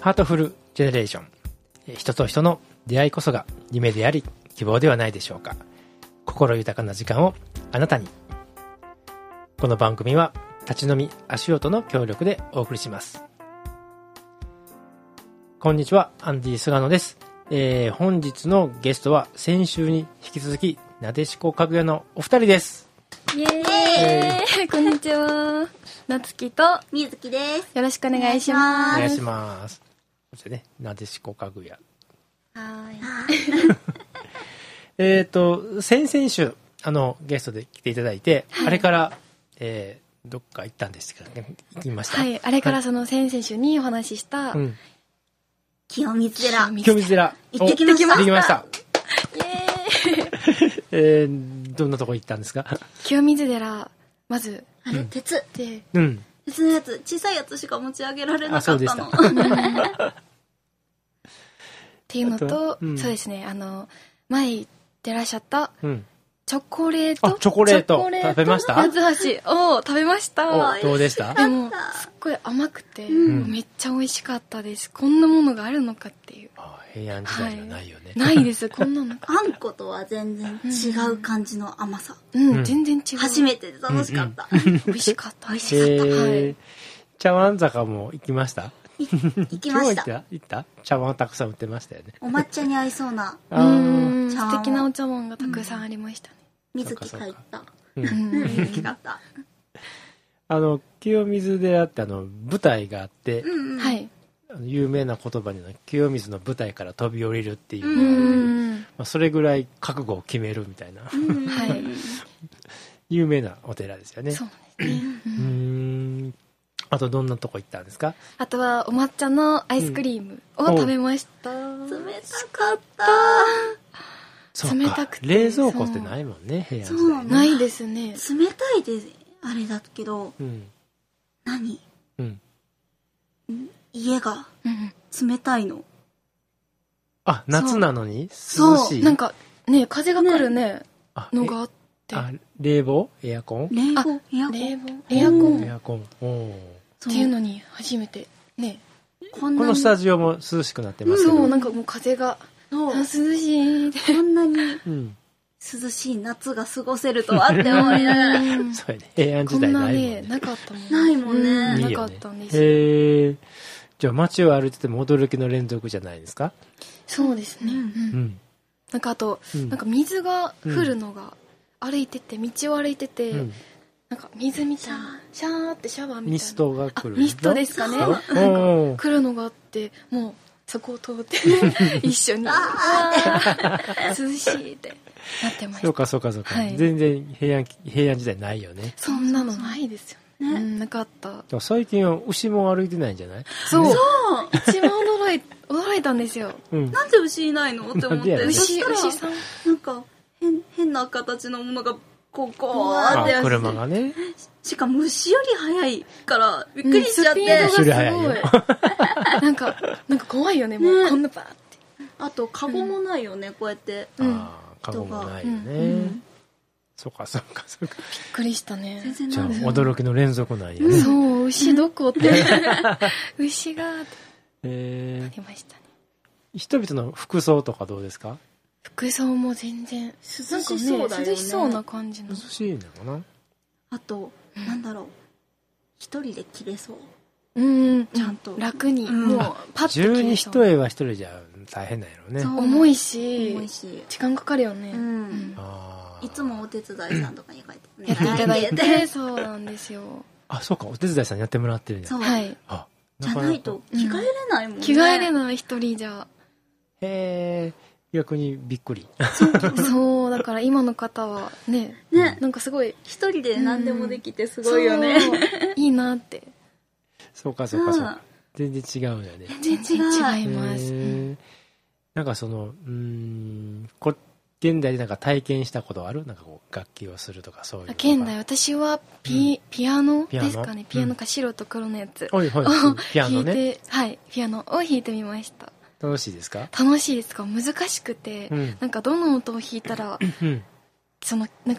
ハートフルジェネレーション。人と人の出会いこそが夢であり希望ではないでしょうか。心豊かな時間をあなたに。この番組は立ち飲み足音の協力でお送りします。こんにちは、アンディ菅野です。本日のゲストは先週に引き続きなでしこかぐやのお二人です。 イエーイ、こんにちは、なつきとみずきです。 よろしくお願いします。 お願いします。そしてね、なでしこかぐや。 はい。 先々週ゲストで来ていただいて、はい、あれから、どっか行ったんですけどね、行きました。 はい、あれからその先々週にお話しした、 清水寺。 清水寺。 行ってきました。 行ってきました。 イエーイ。どんなとこ行ったんですか？ 清水寺、まず。 あれ、鉄。 で、 鉄のやつ、小さいやつしか持ち上げられなかったの。 そうでした。 っていうのと、そうですね、前行ってらっしゃった、チョコレート食べました？ 八つ橋を食べました。 どうでした？ でもすっごい甘くて、めっちゃ美味しかったです。こんなものがあるのかっていう。 平安時代じゃないよね。 ないです、こんなの。 あんことは全然違う感じの甘さ。 全然違う。 初めてで楽しかった。 美味しかった。美味しかった。はい。 茶碗坂も行きました？ 行きました。 行った？茶碗たくさん売ってましたよね。 お抹茶に合いそうな素敵なお茶碗がたくさんありましたね。 水木買った。美味しかった。 清水寺って舞台があって、有名な言葉に清水の舞台から飛び降りるっていう、それぐらい覚悟を決めるみたいな、有名なお寺ですよね。 そうですね。 あとどんなとこ行ったんですか？ あとはお抹茶のアイスクリームを食べました。 冷たかった。 冷たくて冷蔵庫ってないもんね、平安時代。 ないですね。 冷たいであれだけど、何？家が冷たいの。 あ、夏なのに涼しい。 なんかね、風が来るねのがあって。 冷房？エアコン？ エアコン。 エアコン。 っていうのに初めてね。 このスタジオも涼しくなってますけど。 そう、なんかもう風が涼しい。 こんなに涼しい夏が過ごせるとはって思いながら。 そうやね。平安時代ないもんね。 なかったもんね。 ないもんね。 なかったんですよ。 じゃあ街を歩いてても驚きの連続じゃないですか？ そうですね。なんかあと、なんか水が降るのが歩いてて、道を歩いてて、なんか水みたいな、シャーってシャワーみたいな。 ミストが来る。 ミストですかね。なんか来るのがあって、もうそこを通って一緒に涼しいってなってました。 そうか。全然平安時代ないよね。 そんなのないですよね。なかった。 最近は牛も歩いてないんじゃない？ そう。一番驚いたんですよ。 なんで牛いないのって思って。 牛さん。 なんか変な形のものがこうーって車がね。 しかも牛より速いからびっくりしちゃって。 牛より速いよ。 なんか怖いよね。もうこんなバーって。 あとカゴもないよね、こうやって。 カゴもないよね。そうか。びっくりしたね。 じゃあ驚きの連続なんやね。 そう、牛どこって。牛がありましたね。 人々の服装とかどうですか？ 服装も全然涼しそうだよね。 涼しそうな感じの。 涼しいのかな？ あと、なんだろう。一人で着れそう。 ちゃんと楽に、もうパッと着れそう。 十二一重は一人じゃ大変なんやろね。 重いし時間かかるよね。 いつもお手伝いさんとかに書いてやっていただいて。そうなんですよ。 あ、そうか、お手伝いさんやってもらってるんや。 はい。 じゃないと着替えれないもんね。 着替えれない一人じゃ。 逆にびっくり。 そう、だから今の方はね、なんかすごい一人で何でもできてすごいよね。 いいなって。 そうか。全然違うんだよね。 全然違います。 なんか現代でなんか体験したことある？なんかこう楽器をするとかそういう。 現代、私はピアノですかね。ピアノか白と黒のやつ。 ピアノね。 はい、ピアノを弾いてみました。 楽しいですか？ 楽しいですか？難しくて、なんかどの音を弾いたら、なんか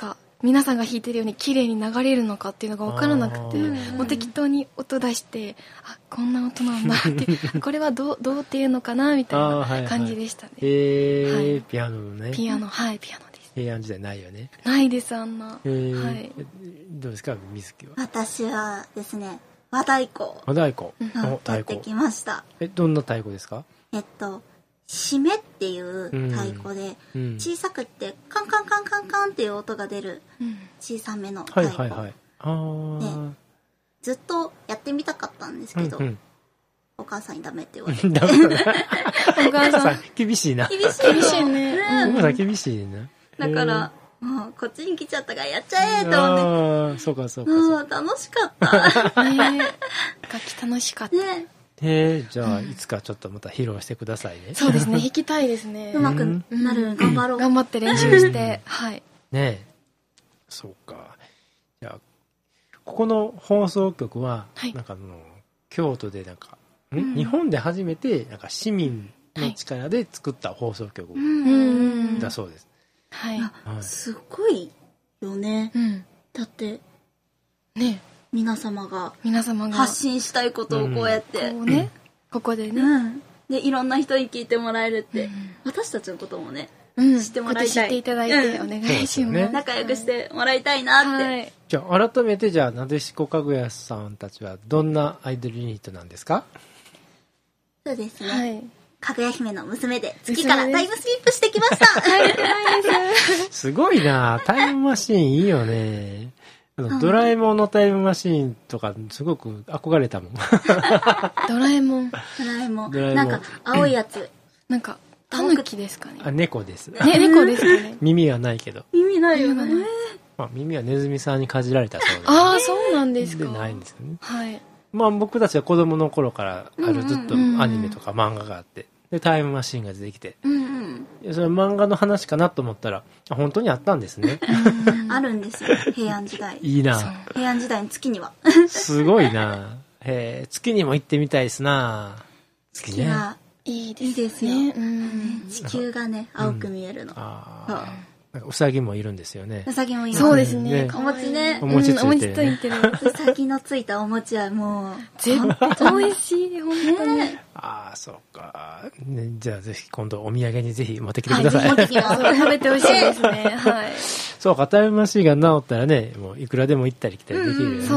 皆さんが弾いてるように綺麗に流れるのかっていうのが分からなくて、もう適当に音出して、あ、こんな音なんだってこれはどうっていうのかなみたいな感じでしたね。 はい、ピアノね。 ピアノ、はい、ピアノです。 平安時代ないよね。 ないです、あんな。はい。 どうですか、水木は。 私はですね、和太鼓。 和太鼓。 やってきました。 どんな太鼓ですか？ 締めっていう太鼓で、小さくってカンカンカンカンカンっていう音が出る小さめの太鼓。はいはいはい。で、ずっとやってみたかったんですけど、お母さんにダメって言われて。 お母さん厳しいな。 厳しいね。 お母さん厳しいな。 だから、もうこっちに来ちゃったからやっちゃえと思って。 そうかそうか。 楽しかった。 楽器楽しかった。 ね。 じゃあいつかちょっとまた披露してくださいね。 そうですね、弾きたいですね。 うまくなるように頑張ろう。 頑張って練習して、はい。 ねえ、そうか。じゃあここの放送局はなんか京都でなんか日本で初めてなんか市民の力で作った放送局だそうです。 はい。 すごいよね。だってね。 皆様が発信したいことをこうやってここでね、 でいろんな人に聞いてもらえるって、私たちのこともね知ってもらいたい、 知っていただいてお願いします。 仲良くしてもらいたいなって。 じゃあ改めて、じゃあなでしこかぐやさんたちはどんなアイドルユニットなんですか？ そうですね、かぐや姫の娘で月からタイムスリップしてきました。 すごいな、タイムマシーンいいよね。ドラえもんのタイムマシーンとかすごく憧れたもん。 ドラえもんなんか青いやつ、 なんかタヌキですかね。 猫です。 猫ですかね。 耳はないけど。 耳ないよね。 耳はネズミさんにかじられたそうです。 ああ、そうなんですか。 でないんですよね。 はい。 僕たちは子供の頃からあるずっとアニメとか漫画があって、でタイムマシーンが出てきて、それ漫画の話かなと思ったら本当にあったんですね。 あるんですよ、平安時代。 いいな。 平安時代の月には。 すごいな。月にも行ってみたいですな。 月ね。 いいですね。地球がね青く見えるの。 うさぎもいるんですよね。 うさぎもいる。 そうですね。 お餅ね。 お餅ついてる。 うさぎのついたお餅はもう絶対美味しい、本当に。 ああ、そうか。じゃあぜひ今度お土産にぜひ持ってきてください。 食べてほしいですね。はい。 そうか、タイムマシーンが治ったらね、もういくらでも行ったり来たりできるよね。 そう。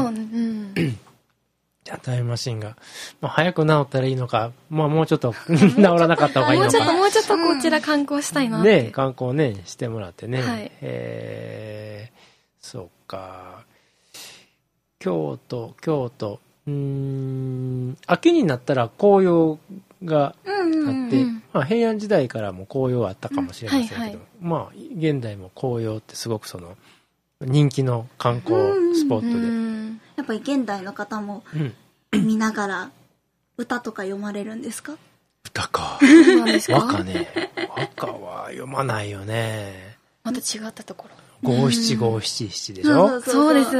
じゃあタイムマシーンが早く治ったらいいのか、もうちょっと治らなかった方がいいのか。 もうちょっとこちら観光したいなって。 ね、観光ねしてもらってね。 はい。 そうか。京都。秋になったら紅葉があって、平安時代からも紅葉あったかもしれませんけど、現代も紅葉ってすごく人気の観光スポットで。 やっぱり現代の方も見ながら歌とか読まれるんですか？ 歌か。和歌ね。和歌は読まないよね。 また違ったところ。 五七五七七でしょ？ そうです。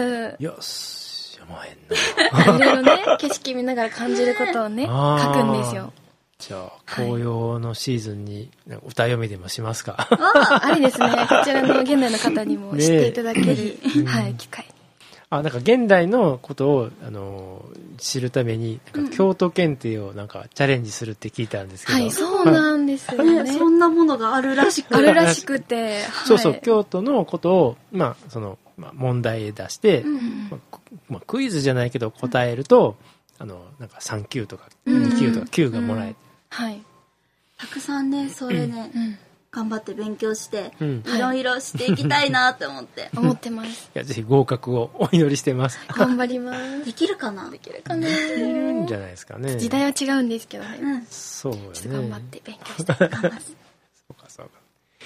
よし、読まへんな。 いろいろね、景色見ながら感じることをね、書くんですよ。 じゃあ、紅葉のシーズンに歌読みでもしますか？ ありですね。こちらの現代の方にも知っていただける、機会に。 なんか現代のことを知るために京都検定をなんかチャレンジするって聞いたんですけど、 はい、そうなんですよね。 そんなものがあるらしくて、 そう京都のことを問題へ出して、クイズじゃないけど答えるとなんか3級とか2級とか9がもらえる。 はい。 たくさんね、それね。頑張って勉強していろいろしていきたいなって思って思ってます。 いや、ぜひ合格をお祈りしてます。 頑張ります。 できるかな？ できるんじゃないですかね。 時代は違うんですけどね。 そうよね。 ちょっと頑張って勉強して頑張ります。 そうか。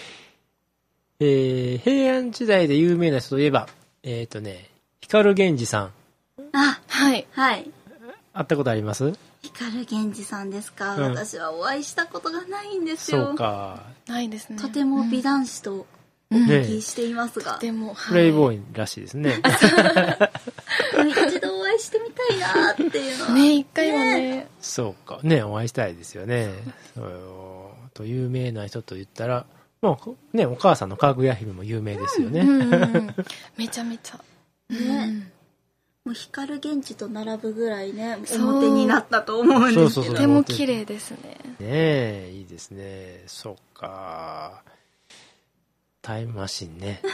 平安時代で有名な人といえば光源氏さん。 はい。 はい。 会ったことあります？ 光源氏さんですか、私はお会いしたことがないんですよ。 そうか。 ないですね。 とても美男子とお聞きしていますが、 とてもプレイボーイらしいですね。 一度お会いしてみたいなっていうのはね、一回はね。 そうかね、お会いしたいですよね。と有名な人と言ったらもうね、お母さんのかぐや姫も有名ですよね。 めちゃめちゃ。 ね。もう光源氏と並ぶぐらいね、表になったと思うんですけど。 とても綺麗ですね。 ねえ、いいですね。そっか。タイムマシンね。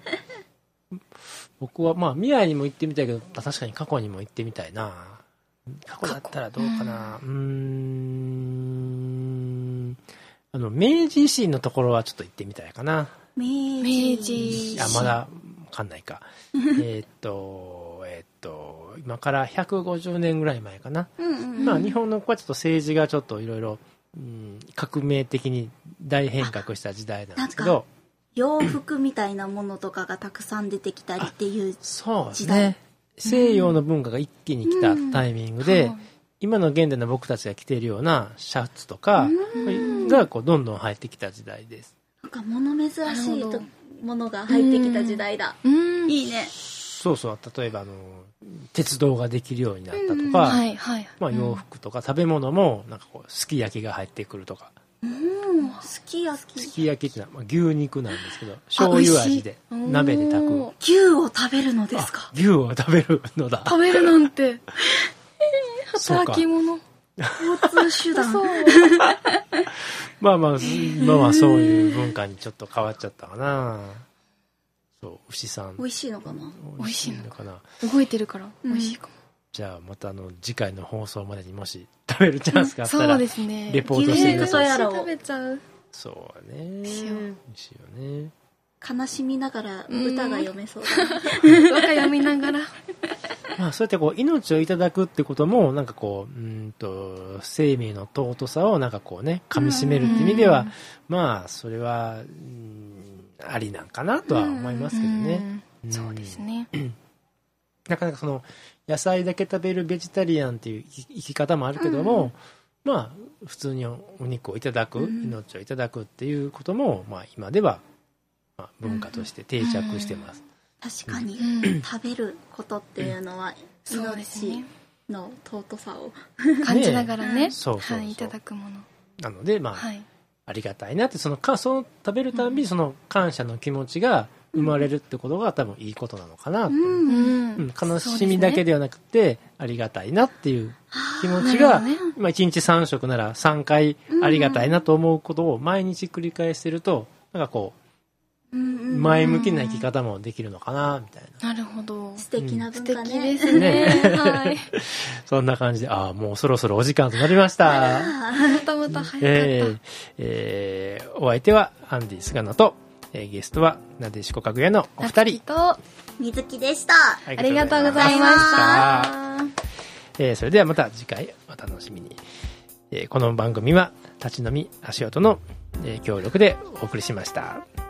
僕はまあ未来にも行ってみたいけど、確かに過去にも行ってみたいな。過去だったらどうかな。明治維新のところはちょっと行ってみたいかな。 明治。 まだわかんないか。今から150年ぐらい前かな。まあ日本のここはちょっと政治がちょっといろいろ革命的に大変革した時代なんですけど。 洋服みたいなものとかがたくさん出てきたりっていう時代。 そうですね。西洋の文化が一気に来たタイミングで、今の現代の僕たちが着ているようなシャツとかがこうどんどん入ってきた時代です。 なんか物珍しいものが入ってきた時代だ。いいね。 そうそう。例えば鉄道ができるようになったとか、まあ洋服とか食べ物もなんかこうすき焼きが入ってくるとか。 すき焼き。 すき焼きってのは牛肉なんですけど、醤油味で鍋で炊く。 牛を食べるのですか？ 牛を食べるのだ。 食べるなんて。働き者。 交通手段。 まあそういう文化にちょっと変わっちゃったかな。そう、牛さん。 美味しいのかな？ 美味しいのかな。動いてるから美味しいかも。 じゃあまた次回の放送までにもし食べるチャンスがあったら、 そうですね。 レポートしてください。 食べちゃう。 そうね。しようね。 悲しみながら歌が読めそうだ。 歌が読みながら。 まあそうやってこう命をいただくってこともなんかこう生命の尊さをなんかこうね噛み締めるって意味ではまあそれはありなんかなとは思いますけどね。 そうですね。 なかなか野菜だけ食べるベジタリアンっていう生き方もあるけども、まあ普通にお肉をいただく、命をいただくっていうこともまあ今では文化として定着してます。 確かに、食べることっていうのは命の尊さを感じながらね、 いただくものなのでまあ、ありがたいなってその食べるたびにその感謝の気持ちが生まれるってことが多分いいことなのかなと、悲しみだけではなくてありがたいなっていう気持ちが、1日3食なら3回ありがたいなと思うことを毎日繰り返してるとなんかこう前向きな生き方もできるのかなみたいな。 なるほど。 素敵な文化ね。 素敵ですね。はい。 そんな感じでもうそろそろお時間となりました。 またまた早かった。 お相手はアンディ菅野と、ゲストはなでしこかぐやのお二人と水木でした。 ありがとうございました。 それではまた次回お楽しみに。この番組は立ち飲み足音の協力でお送りしました。